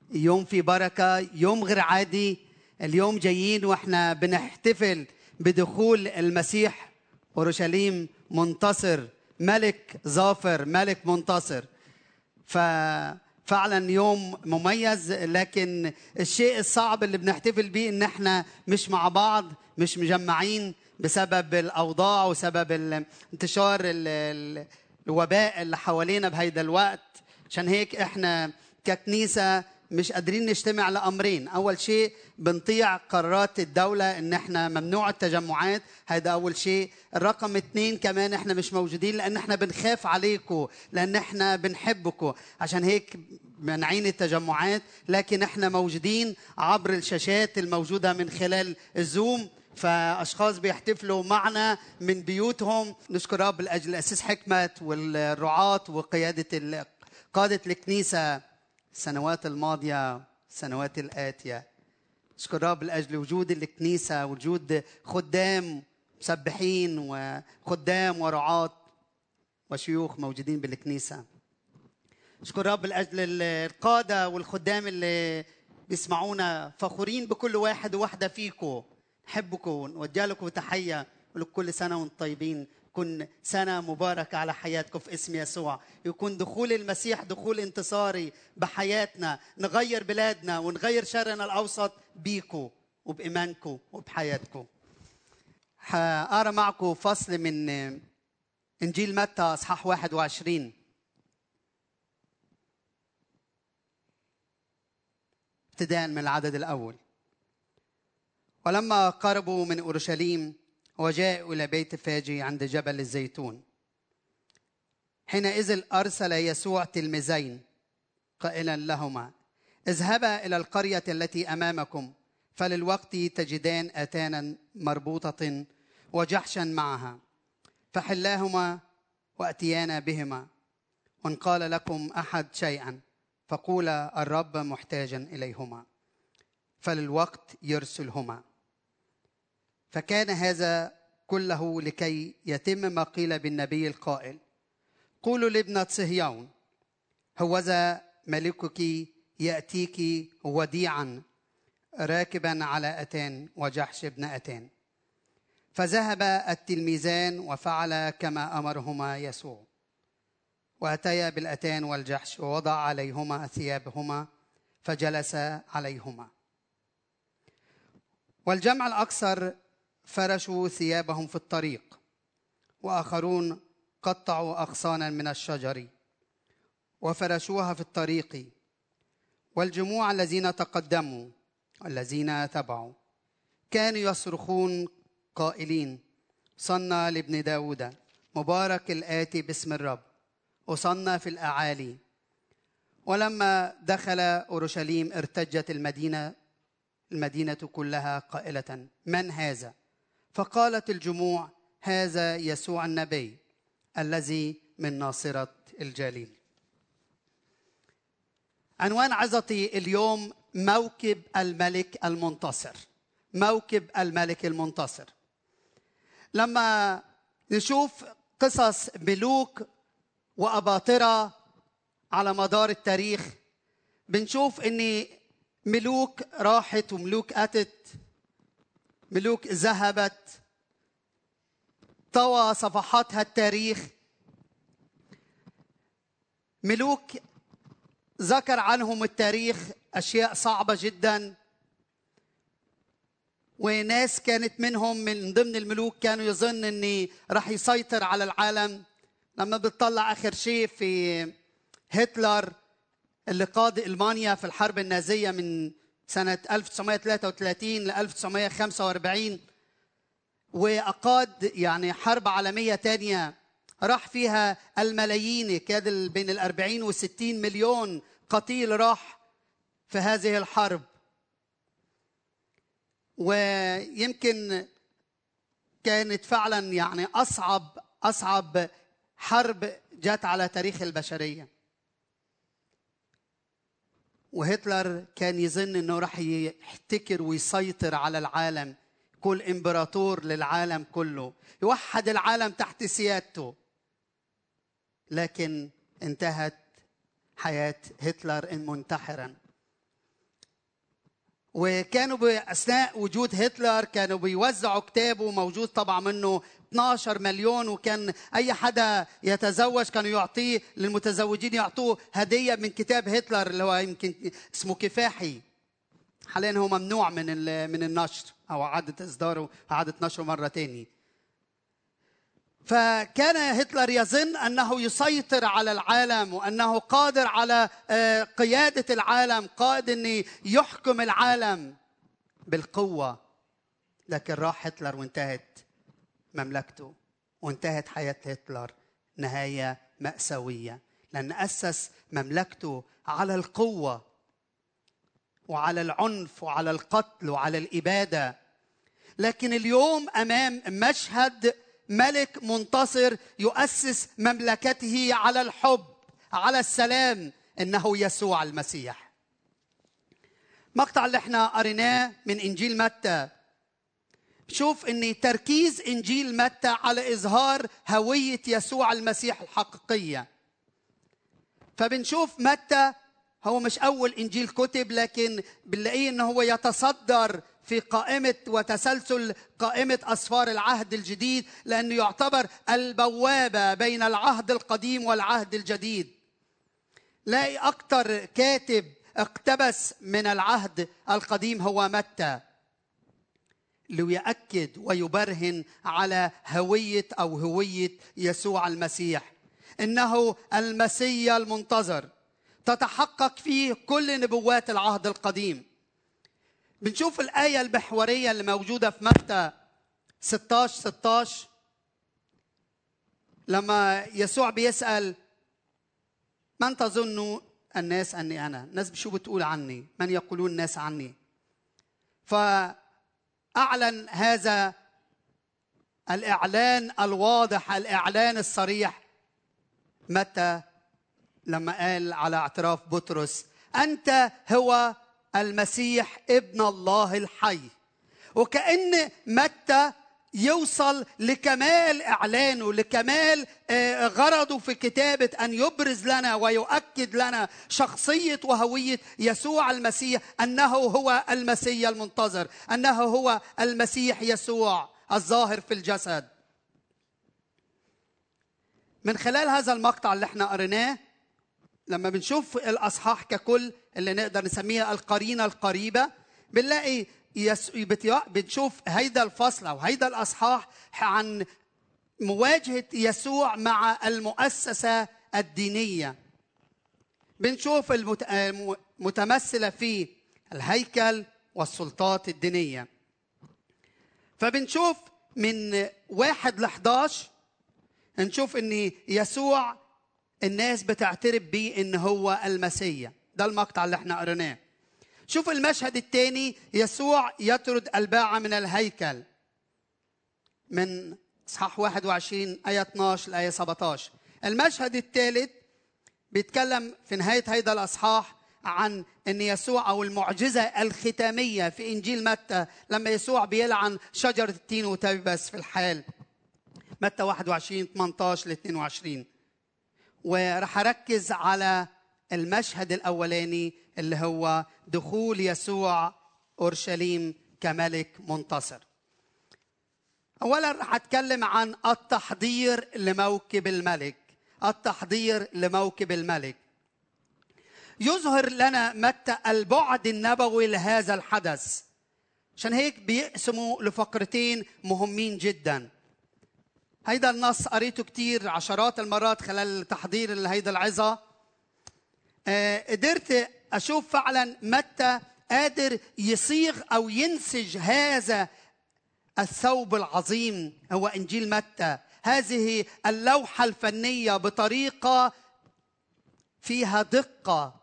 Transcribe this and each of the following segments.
يوم في بركة، يوم غير عادي. اليوم جايين واحنا بنحتفل بدخول المسيح أورشليم منتصر، ملك ظافر، ملك منتصر. ففعلا يوم مميز، لكن الشيء الصعب اللي بنحتفل بيه ان احنا مش مع بعض، مش مجمعين بسبب الأوضاع وسبب انتشار الوباء اللي حوالينا بهيدا الوقت. عشان هيك احنا ككنيسة مش قادرين نجتمع لأمرين. أول شيء بنطيع قرارات الدولة إن إحنا ممنوع التجمعات، هذا أول شيء. الرقم 2 كمان إحنا مش موجودين لأن إحنا بنخاف عليكم، لأن إحنا بنحبكم، عشان هيك منعين التجمعات. لكن إحنا موجودين عبر الشاشات الموجودة من خلال الزوم، فأشخاص بيحتفلوا معنا من بيوتهم. نشكر رب لأجل الأسيس حكمت والرعاة وقيادة قادة الكنيسة السنوات الماضية، السنوات الآتية. نشكر رب لأجل وجود الكنيسة، وجود خدام مسبحين وخدام ورعاة وشيوخ موجودين بالكنيسة. نشكر رب لأجل القادة والخدام اللي بيسمعونا. فخورين بكل واحد وواحدة فيكم، نحبكم ونوجه لكم تحية ولكم كل سنة وانتم طيبين. يكون سنة مباركة على حياتكم في اسم يسوع. يكون دخول المسيح دخول انتصاري بحياتنا، نغير بلادنا ونغير شرقنا الأوسط بيكم وبإيمانكم وبحياتكم. هقرأ معكم فصل من إنجيل متى أصحاح 21 ابتداء من العدد الأول. ولما قربوا من أورشليم وجاءوا إلى بيت فاجي عند جبل الزيتون، حينئذ أرسل يسوع تلميذين قائلا لهما: اذهبا إلى القرية التي أمامكم، فللوقت تجدان آتانا مربوطة وجحشا معها، فحلاهما وأتيانا بهما. وإن قال لكم أحد شيئا فقولا الرب محتاجا إليهما، فللوقت يرسلهما. فكان هذا كله لكي يتم ما قيل بالنبي القائل: قولوا لابنة صهيون هوذا ملكك يأتيك وديعا راكبا على أتان وجحش ابن أتان. فذهب التلميذان وفعل كما أمرهما يسوع، وأتيا بالأتان والجحش ووضع عليهما ثيابهما فجلس عليهما. والجمع الأكثر فرشوا ثيابهم في الطريق، وآخرون قطعوا أغصانا من الشجر وفرشوها في الطريق. والجموع الذين تقدموا والذين تبعوا كانوا يصرخون قائلين: صلنا لابن داود، مبارك الآتي باسم الرب، وصلنا في الأعالي. ولما دخل أورشليم ارتجت المدينة كلها قائلة: من هذا؟ فقالت الجموع: هذا يسوع النبي الذي من ناصرة الجليل. عنوان عظتي اليوم: موكب الملك المنتصر. موكب الملك المنتصر. لما نشوف قصص ملوك وأباطرة على مدار التاريخ، بنشوف ان ملوك راحت وملوك أتت، ملوك ذهبت، طوى صفحاتها التاريخ. ملوك ذكر عنهم التاريخ أشياء صعبة جدا، وناس كانت منهم من ضمن الملوك كانوا يظن أني راح يسيطر على العالم. لما بتطلع آخر شيء في هتلر اللي قاد ألمانيا في الحرب النازية من سنة 1933 ل 1945، وأقاد يعني حرب عالمية تانية راح فيها الملايين، كاد بين 40 و 60 مليون قتيل راح في هذه الحرب. ويمكن كانت فعلا يعني أصعب حرب جات على تاريخ البشرية. وهتلر كان يظن أنه راح يحتكر ويسيطر على العالم، كل إمبراطور للعالم كله، يوحد العالم تحت سيادته. لكن انتهت حياة هتلر منتحرا. وكانوا بأثناء وجود هتلر كانوا بيوزعوا كتابه، موجود طبعا منه 12 مليون، وكان أي حدا يتزوج كانوا يعطيه للمتزوجين، يعطوه هدية من كتاب هتلر اللي هو يمكن اسمه كفاحي. حاليا هو ممنوع من النشر أو إعادة إصداره وإعادة نشره مرة تاني. فكان هتلر يظن أنه يسيطر على العالم وأنه قادر على قيادة العالم، قادر أن يحكم العالم بالقوة. لكن راح هتلر وانتهت مملكته وانتهت حياة هتلر نهاية مأساوية، لأن أسس مملكته على القوة وعلى العنف وعلى القتل وعلى الإبادة. لكن اليوم أمام مشهد ملك منتصر يؤسس مملكته على الحب، على السلام، إنه يسوع المسيح. مقطع اللي احنا قريناه من إنجيل متى، شوف إن تركيز إنجيل متى على إظهار هوية يسوع المسيح الحقيقية. فبنشوف متى هو مش أول إنجيل كتب، لكن بنلاقيه إنه هو يتصدر في قائمة وتسلسل قائمة أسفار العهد الجديد، لأنه يعتبر البوابة بين العهد القديم والعهد الجديد. لاقي أكتر كاتب اقتبس من العهد القديم هو متى، ليؤكد ويبرهن على هوية يسوع المسيح، إنه المسيا المنتظر تتحقق فيه كل نبوات العهد القديم. بنشوف الآية المحورية اللي موجودة في متى 16 لما يسوع بيسأل من تظن الناس أني أنا؟ الناس شو بتقول عني؟ من يقولون الناس عني؟ فأعلن هذا الإعلان الواضح، الإعلان الصريح، متى لما قال على اعتراف بطرس أنت هو المسيح ابن الله الحي. وكأن متى يوصل لكمال إعلانه، لكمال غرضه في كتابة أن يبرز لنا ويؤكد لنا شخصية وهوية يسوع المسيح، أنه هو المسيح المنتظر، أنه هو المسيح يسوع الظاهر في الجسد. من خلال هذا المقطع اللي احنا قريناه، لما بنشوف الأصحاح ككل اللي نقدر نسميها القرينة القريبة، بنلاقي بنشوف هيدا الفصل أو هيدا الأصحاح عن مواجهة يسوع مع المؤسسة الدينية. بنشوف متمثلة في الهيكل والسلطات الدينية. فبنشوف من 1 ل11 نشوف ان يسوع الناس بتعترف بيه ان هو المسيح. ده المقطع اللي احنا قريناه. شوف المشهد الثاني، يسوع يطرد الباعة من الهيكل من اصحاح 21 آية 12 لآية 17. المشهد الثالث بيتكلم في نهاية هيدا الأصحاح عن أن يسوع أو المعجزة الختامية في إنجيل متى لما يسوع بيلعن شجرة التين وتيبس في الحال، متى 21 18 ل 22. ورح أركز على المشهد الأولاني اللي هو دخول يسوع أورشليم كملك منتصر. أولا رح أتكلم عن التحضير لموكب الملك. التحضير لموكب الملك يظهر لنا متى البعد النبوي لهذا الحدث، عشان هيك بيقسموا لفقرتين مهمين جدا. هيدا النص قريته كتير عشرات المرات خلال تحضير لهيدا العظة. قدرت أشوف فعلا متى قادر يصيغ أو ينسج هذا الثوب العظيم هو إنجيل متى، هذه اللوحة الفنية بطريقة فيها دقة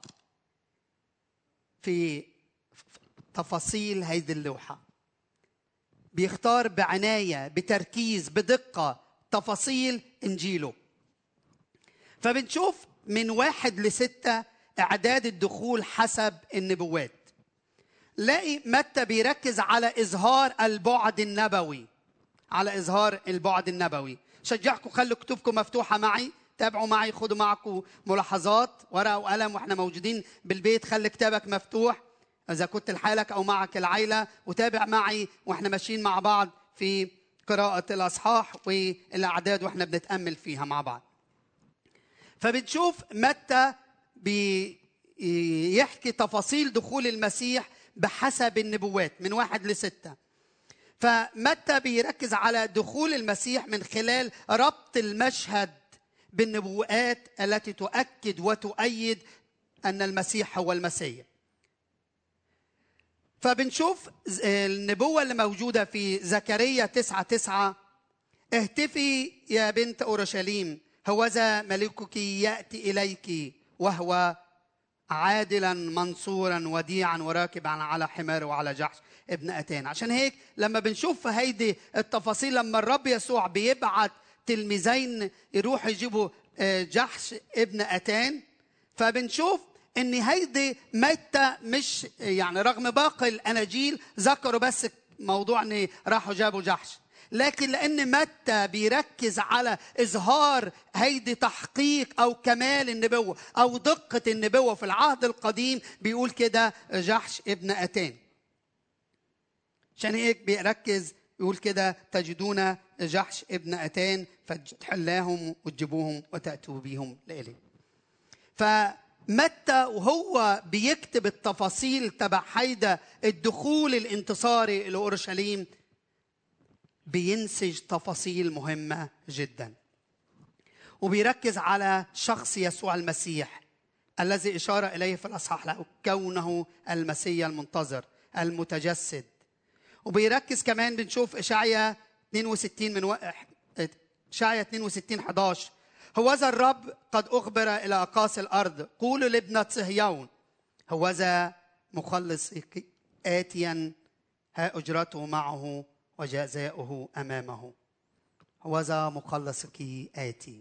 في تفاصيل هذه اللوحة. بيختار بعناية بتركيز بدقة تفاصيل إنجيله. فبنشوف من 1 ل6 إعداد الدخول حسب النبوات. لاقي متى بيركز على إظهار البعد النبوي، على إظهار البعد النبوي. شجعكم خلوا كتبكم مفتوحة معي، تابعوا معي، خدوا معكم ملاحظات ورقة وقلم، وإحنا موجودين بالبيت خلي كتابك مفتوح. إذا كنت لحالك أو معك العيلة، وتابع معي وإحنا ماشيين مع بعض في قراءة الأصحاح والأعداد وإحنا بنتأمل فيها مع بعض. فبنشوف متى بيحكي تفاصيل دخول المسيح بحسب النبوات من 1 ل6. فمتى بيركز على دخول المسيح من خلال ربط المشهد بالنبوءات التي تؤكد وتؤيد أن المسيح هو المسيح. فبنشوف النبوة اللي موجودة في زكريا 9:9: اهتفي يا بنت أورشليم، هوذا ملكك يأتي إليك وهو عادلا منصورا وديعا وراكبا على حمار وعلى جحش ابن أتان. عشان هيك لما بنشوف هيدي التفاصيل، لما الرب يسوع بيبعت تلميذين يروحوا يجيبوا جحش ابن أتان، فبنشوف ان هيدي متى مش يعني رغم باقي الاناجيل ذكروا بس موضوع ان راحوا جابوا جحش، لكن لان متى بيركز على اظهار هيدي تحقيق او كمال النبوه او دقه النبوه في العهد القديم، بيقول كده جحش ابن أتان. عشان هيك بيركز يقول كده: تجدون جحش ابن أتان فتحلاهم وتجيبوهم وتأتوا بهم لإلي. فمتى وهو بيكتب التفاصيل تبع هيدا الدخول الانتصاري إلى أورشليم بينسج تفاصيل مهمة جدا، وبيركز على شخص يسوع المسيح الذي إشار إليه في الأصحاح له كونه المسيح المنتظر المتجسد. وبيركز كمان بنشوف إشعيا 62:11: هوذا الرب قد أخبر إلى أقاصي الأرض، قولوا لابنة صهيون هوذا مخلصك آتيا، ها أجرته معه وجزاؤه أمامه. هوذا مخلصك آتي،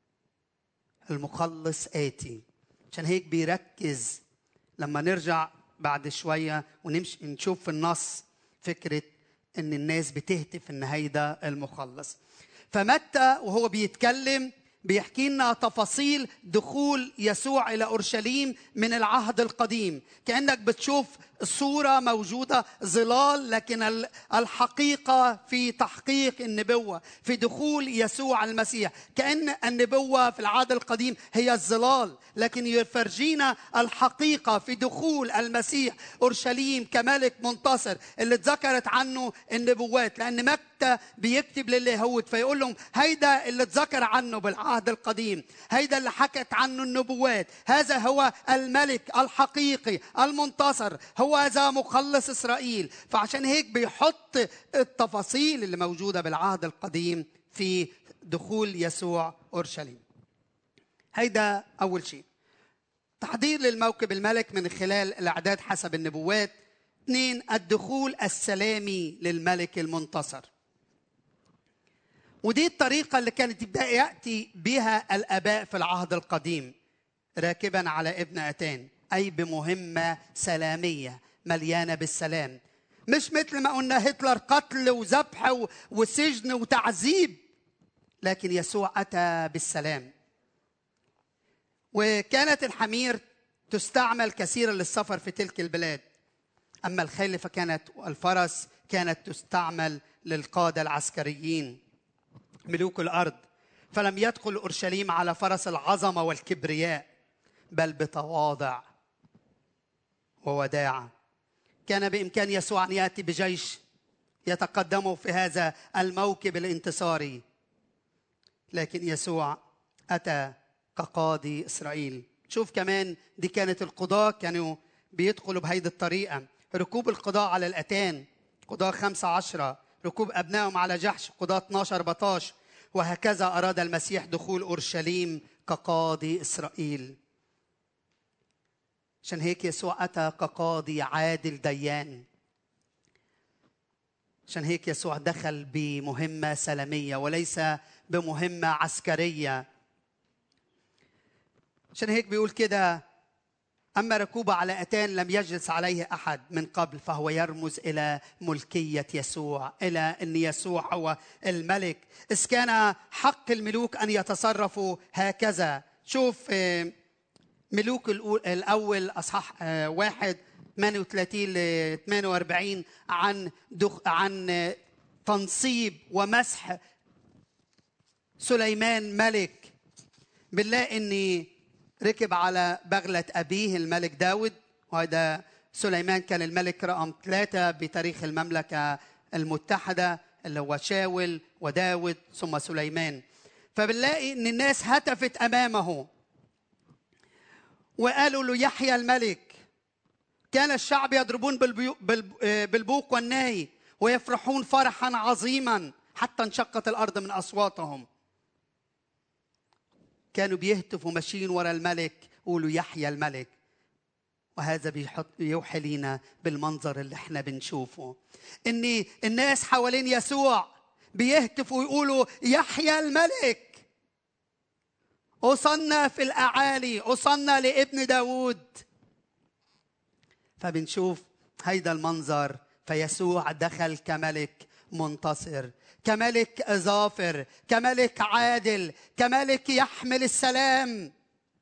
المخلص آتي. عشان هيك بيركز لما نرجع بعد شوية ونمشي نشوف في النص فكرة ان الناس بتهتف ان هيدا المخلص. فمتى وهو بيتكلم بيحكي لنا تفاصيل دخول يسوع إلى أورشليم من العهد القديم، كأنك بتشوف صورة موجودة ظلال، لكن الحقيقة في تحقيق النبوة في دخول يسوع المسيح. كأن النبوة في العهد القديم هي الظلال، لكن يفرجينا الحقيقة في دخول المسيح أورشليم كملك منتصر اللي اتذكرت عنه النبوات. لأن متى بيكتب لليهود فيقول لهم هيدا اللي اتذكر عنه بالعهد القديم، هيدا اللي حكت عنه النبوات، هذا هو الملك الحقيقي المنتصر، هو هذا مخلص إسرائيل. فعشان هيك بيحط التفاصيل اللي موجودة بالعهد القديم في دخول يسوع أورشليم. هيدا أول شيء، تحضير للموكب الملك من خلال الأعداد حسب النبوات. 2، الدخول السلامي للملك المنتصر. ودي الطريقة اللي كانت يأتي بها الآباء في العهد القديم، راكبا على ابن أتان، أي بمهمة سلامية مليانة بالسلام. مش مثل ما قلنا هتلر قتل وذبح وسجن وتعذيب، لكن يسوع أتى بالسلام. وكانت الحمير تستعمل كثيرا للسفر في تلك البلاد، أما الخيل فكانت الفرس كانت تستعمل للقادة العسكريين ملوك الأرض. فلم يدخل أورشليم على فرس العظمة والكبرياء، بل بتواضع ووداعة. كان بإمكان يسوع أن يأتي بجيش يتقدمه في هذا الموكب الانتصاري، لكن يسوع أتى كقاضي إسرائيل. شوف كمان دي كانت القضاة كانوا بيدخلوا بهيدي الطريقة، ركوب القضاء على الأتان قضاة 15، ركوب أبنائهم على جحش قضاة 12 بطاش. وهكذا أراد المسيح دخول أورشليم كقاضي إسرائيل. عشان هيك يسوع أتى كقاضي عادل ديان. عشان هيك يسوع دخل بمهمة سلامية وليس بمهمة عسكرية. عشان هيك بيقول كده: أما ركوبه على أتان لم يجلس عليه أحد من قبل، فهو يرمز إلى ملكية يسوع، إلى أن يسوع هو الملك. إذ كان حق الملوك أن يتصرفوا هكذا. شوف ملوك الأول أصحاح 1 38 ل 48 عن تنصيب ومسح سليمان ملك. بنلاقي ان ركب على بغلة أبيه الملك داود، وهذا سليمان كان الملك رقم 3 بتاريخ المملكة المتحدة، اللي هو شاول وداود ثم سليمان. فبنلاقي ان الناس هتفت امامه وقالوا له يحيى الملك. كان الشعب يضربون بالبوق والناي ويفرحون فرحا عظيما حتى انشقت الارض من اصواتهم. كانوا بيهتفوا ماشيين ورا الملك يقولوا يحيى الملك. وهذا بيوحي لينا بالمنظر اللي احنا بنشوفه، ان الناس حوالين يسوع بيهتفوا ويقولوا يحيى الملك، أصلنا في الأعالي، أصلنا لابن داود. فبنشوف هيدا المنظر. فيسوع دخل كملك منتصر، كملك ظافر، كملك عادل، كملك يحمل السلام.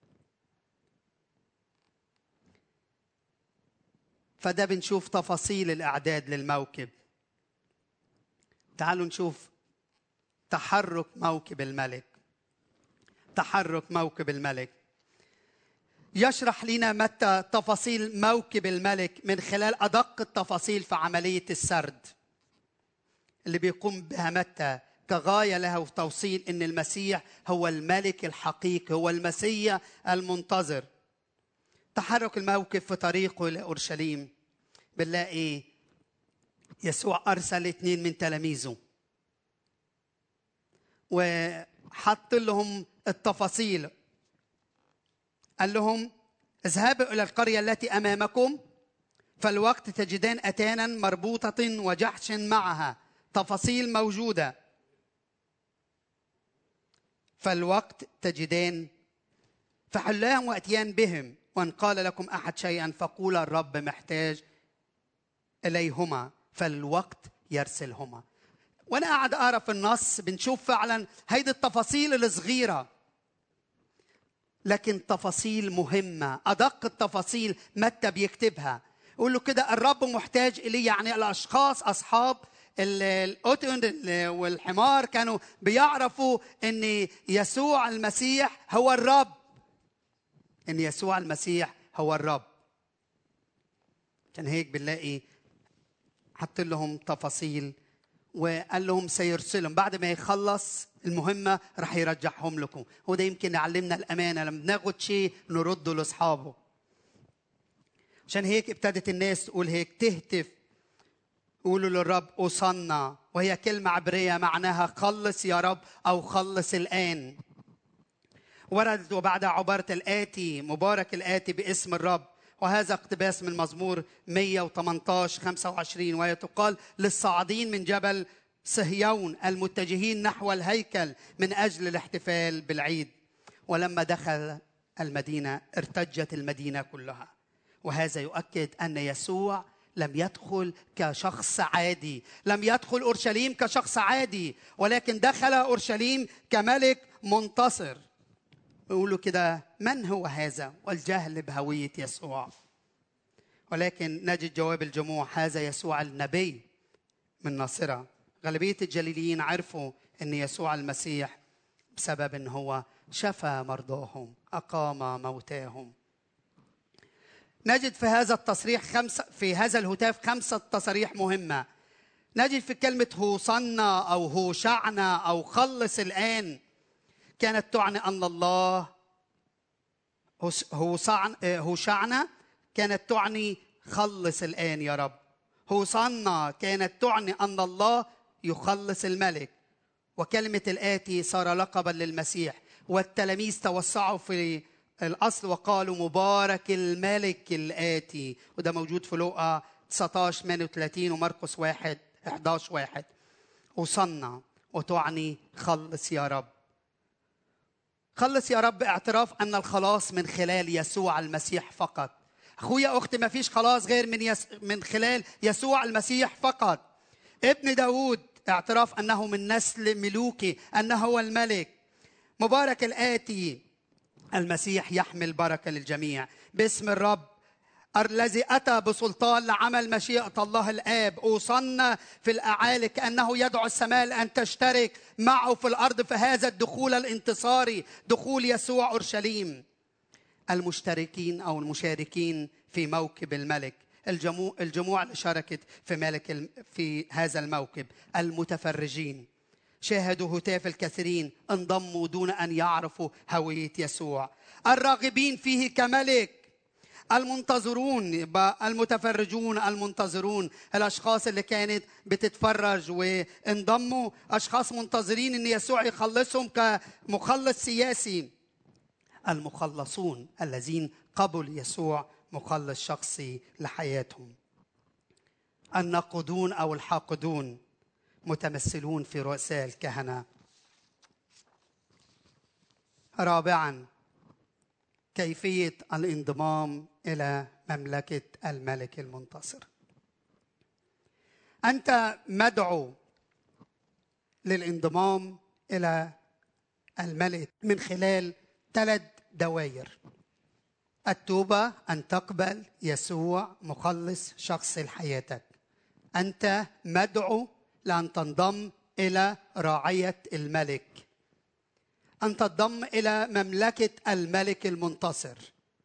فده بنشوف تفاصيل الإعداد للموكب. تعالوا نشوف تحرك موكب الملك. تحرك موكب الملك يشرح لنا متى تفاصيل موكب الملك من خلال أدق التفاصيل في عملية السرد اللي بيقوم بها متى كغاية لها وتوصيل إن المسيح هو الملك الحقيقي، هو المسيح المنتظر. تحرك الموكب في طريقه لأورشليم، بنلاقي يسوع أرسل 2 من تلاميذه وحط لهم التفاصيل. قال لهم اذهبوا إلى القرية التي أمامكم، فالوقت تجدان أتانا مربوطة وجحش معها. تفاصيل موجودة. فالوقت تجدان فحلاهم وأتيان بهم، وإن قال لكم أحد شيئا فقول الرب محتاج إليهما، فالوقت يرسلهما. وأنا قاعد أقرأ في النص بنشوف فعلا هيدي التفاصيل الصغيرة، لكن تفاصيل مهمة. أدق التفاصيل متى بيكتبها. يقول له كده الرب محتاج إليه، يعني الأشخاص أصحاب الأتن والحمار كانوا بيعرفوا أن يسوع المسيح هو الرب، أن يسوع المسيح هو الرب. عشان هيك بنلاقي حط لهم تفاصيل وقال لهم سيرسلهم بعد ما يخلص المهمة رح يرجعهم لكم. وده يمكن يعلمنا الأمانة، لما بناخد شيء نرده لأصحابه. عشان هيك ابتدت الناس تقول هيك، تهتف قولوا للرب أوصلنا، وهي كلمة عبرية معناها خلص يا رب أو خلص الآن. وردت وبعدها عبارة الآتي، مبارك الآتي باسم الرب، وهذا اقتباس من مزمور 118:25، وهي تقال للصاعدين من جبل صهيون المتجهين نحو الهيكل من أجل الاحتفال بالعيد. ولما دخل المدينة ارتجت المدينة كلها. وهذا يؤكد أن يسوع لم يدخل كشخص عادي، لم يدخل أورشليم كشخص عادي، ولكن دخل أورشليم كملك منتصر. يقولوا كده من هو هذا؟ والجهل بهوية يسوع. ولكن نجد جواب الجموع، هذا يسوع النبي من ناصرة. غالبية الجليليين عرفوا أن يسوع المسيح بسبب أنه هو شفى مرضاهم، أقام موتاهم. نجد في هذا التصريح في هذا الهتاف 5 تصاريح مهمة. نجد في كلمة هوصنا أو هوشعنا أو خلص الآن، كانت تعني أن الله هوشعنا كانت تعني خلص الآن يا رب. هوصنا كانت تعني أن الله يخلص الملك. وكلمة الآتي صار لقبا للمسيح. والتلاميذ توسعوا في الأصل وقالوا مبارك الملك الآتي، وده موجود في لوقا 19:38 ومرقس 1:11. وصلنا وتعني خلص يا رب. خلص يا رب اعتراف أن الخلاص من خلال يسوع المسيح فقط. أخويا أختي، ما فيش خلاص غير من خلال يسوع المسيح فقط. ابن داود اعتراف أنه من نسل ملوكي، أنه هو الملك. مبارك الآتي، المسيح يحمل بركة للجميع. باسم الرب الذي أتى بسلطان لعمل مشيئة الله الآب، أوصلنا في الأعالي كأنه يدعو السماء أن تشترك معه في الأرض في هذا الدخول الانتصاري، دخول يسوع أورشليم. المشتركين أو المشاركين في موكب الملك، الجموع اللي شاركت في هذا الموكب، المتفرجين شاهدوا هتاف الكثيرين، انضموا دون أن يعرفوا هوية يسوع. الراغبين فيه كملك، المنتظرون، المتفرجون المنتظرون، الأشخاص اللي كانت بتتفرج وانضموا، أشخاص منتظرين أن يسوع يخلصهم كمخلص سياسي. المخلصون الذين قبلوا يسوع مخلص شخصي لحياتهم. الناقدون أو الحاقدون متمثلون في رؤساء الكهنة. رابعاً، كيفية الانضمام إلى مملكة الملك المنتصر. أنت مدعو للانضمام إلى الملك من خلال 3 دوائر. التوبة، أن تقبل يسوع مخلص شخصي لحياتك. أنت مدعو لأن تنضم إلى رعية الملك، أن تنضم إلى مملكة الملك المنتصر.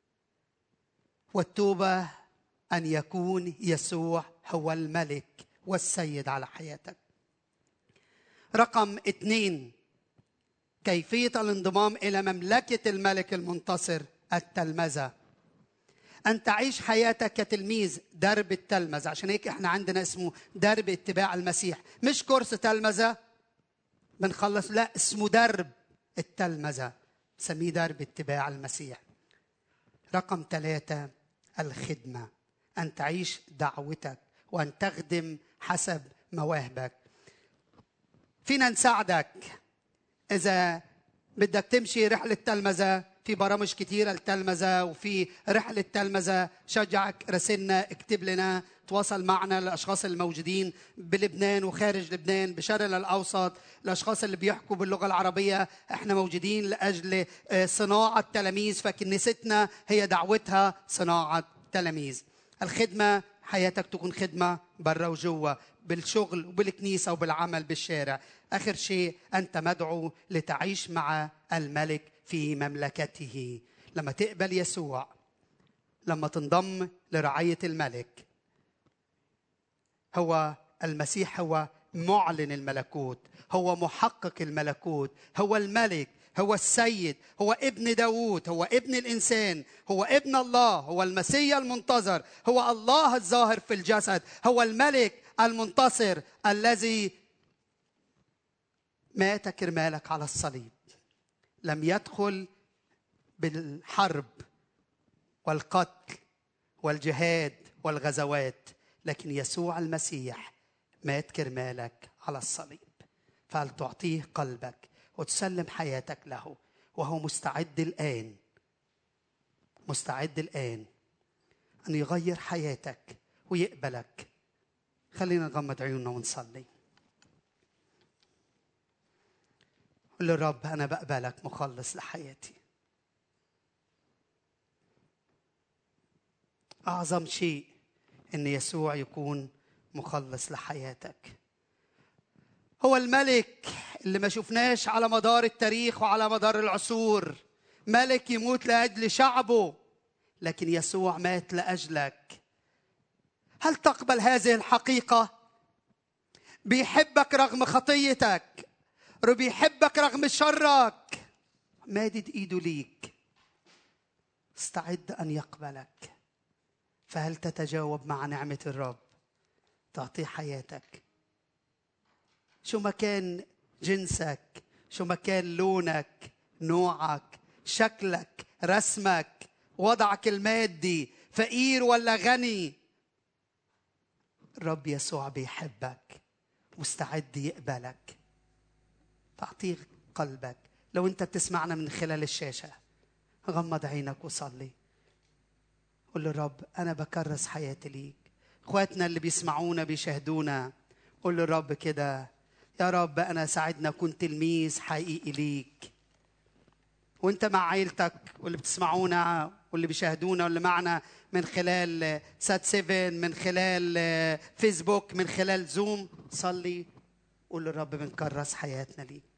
والتوبة أن يكون يسوع هو الملك والسيد على حياتك. رقم 2، كيفية الانضمام إلى مملكة الملك المنتصر، التلمذة. أن تعيش حياتك كتلميذ، درب التلمذة. عشان هيك إحنا عندنا اسمه درب اتباع المسيح، مش كورس تلمذة بنخلص، لا، اسمه درب التلمذة، سميه درب اتباع المسيح. رقم 3، الخدمة، أن تعيش دعوتك وأن تخدم حسب مواهبك. فينا نساعدك إذا بدك تمشي رحلة تلمذة، في برامج كتيرة للتلمذة وفي رحلة تلمذة. شجعك، راسلنا، اكتب لنا، تواصل معنا. الأشخاص الموجودين بلبنان وخارج لبنان، بشرق الأوسط، الأشخاص اللي بيحكوا باللغة العربية، احنا موجودين لأجل صناعة تلاميذ. فكنيستنا هي دعوتها صناعة تلاميذ. الخدمة، حياتك تكون خدمة برا وجوا، بالشغل وبالكنيسة وبالعمل بالشارع. آخر شيء، أنت مدعو لتعيش مع الملك في مملكته. لما تقبل يسوع، لما تنضم لرعاية الملك، هو المسيح هو معلن الملكوت، هو محقق الملكوت، هو الملك، هو السيد، هو ابن داود، هو ابن الإنسان، هو ابن الله، هو المسيح المنتظر، هو الله الظاهر في الجسد، هو الملك المنتصر الذي مات كرمالك على الصليب. لم يدخل بالحرب والقتل والجهاد والغزوات، لكن يسوع المسيح مات كرمالك على الصليب. فهل تعطيه قلبك وتسلم حياتك له؟ وهو مستعد الآن أن يغير حياتك ويقبلك. خلينا نغمض عيوننا ونصلي. قل للرب: أنا بقبلك مخلص لحياتي. أعظم شيء إن يسوع يكون مخلص لحياتك. هو الملك اللي ما شفناش على مدار التاريخ وعلى مدار العصور، ملك يموت لأجل شعبه، لكن يسوع مات لأجلك. هل تقبل هذه الحقيقة؟ بيحبك رغم خطيتك، بيحبك رغم شرك، مادد إيده ليك، استعد أن يقبلك. فهل تتجاوب مع نعمة الرب؟ تعطيه حياتك، شو ما كان جنسك، شو ما كان لونك، نوعك، شكلك، رسمك، وضعك المادي، فقير ولا غني، الرب يسوع بيحبك، مستعد يقبلك. تعطيه قلبك. لو أنت بتسمعنا من خلال الشاشة، غمض عينك وصلي. قل للرب: أنا بكرس حياتي ليك. إخواتنا اللي بيسمعونا بيشاهدونا، قل للرب كده: يا رب أنا ساعدنا كنت تلميذ حقيقي ليك. وأنت مع عيلتك واللي بتسمعونا واللي بيشاهدونا واللي معنا من خلال سات 7، من خلال فيسبوك، من خلال زوم. صلي، قول للرب بنكرس حياتنا ليك.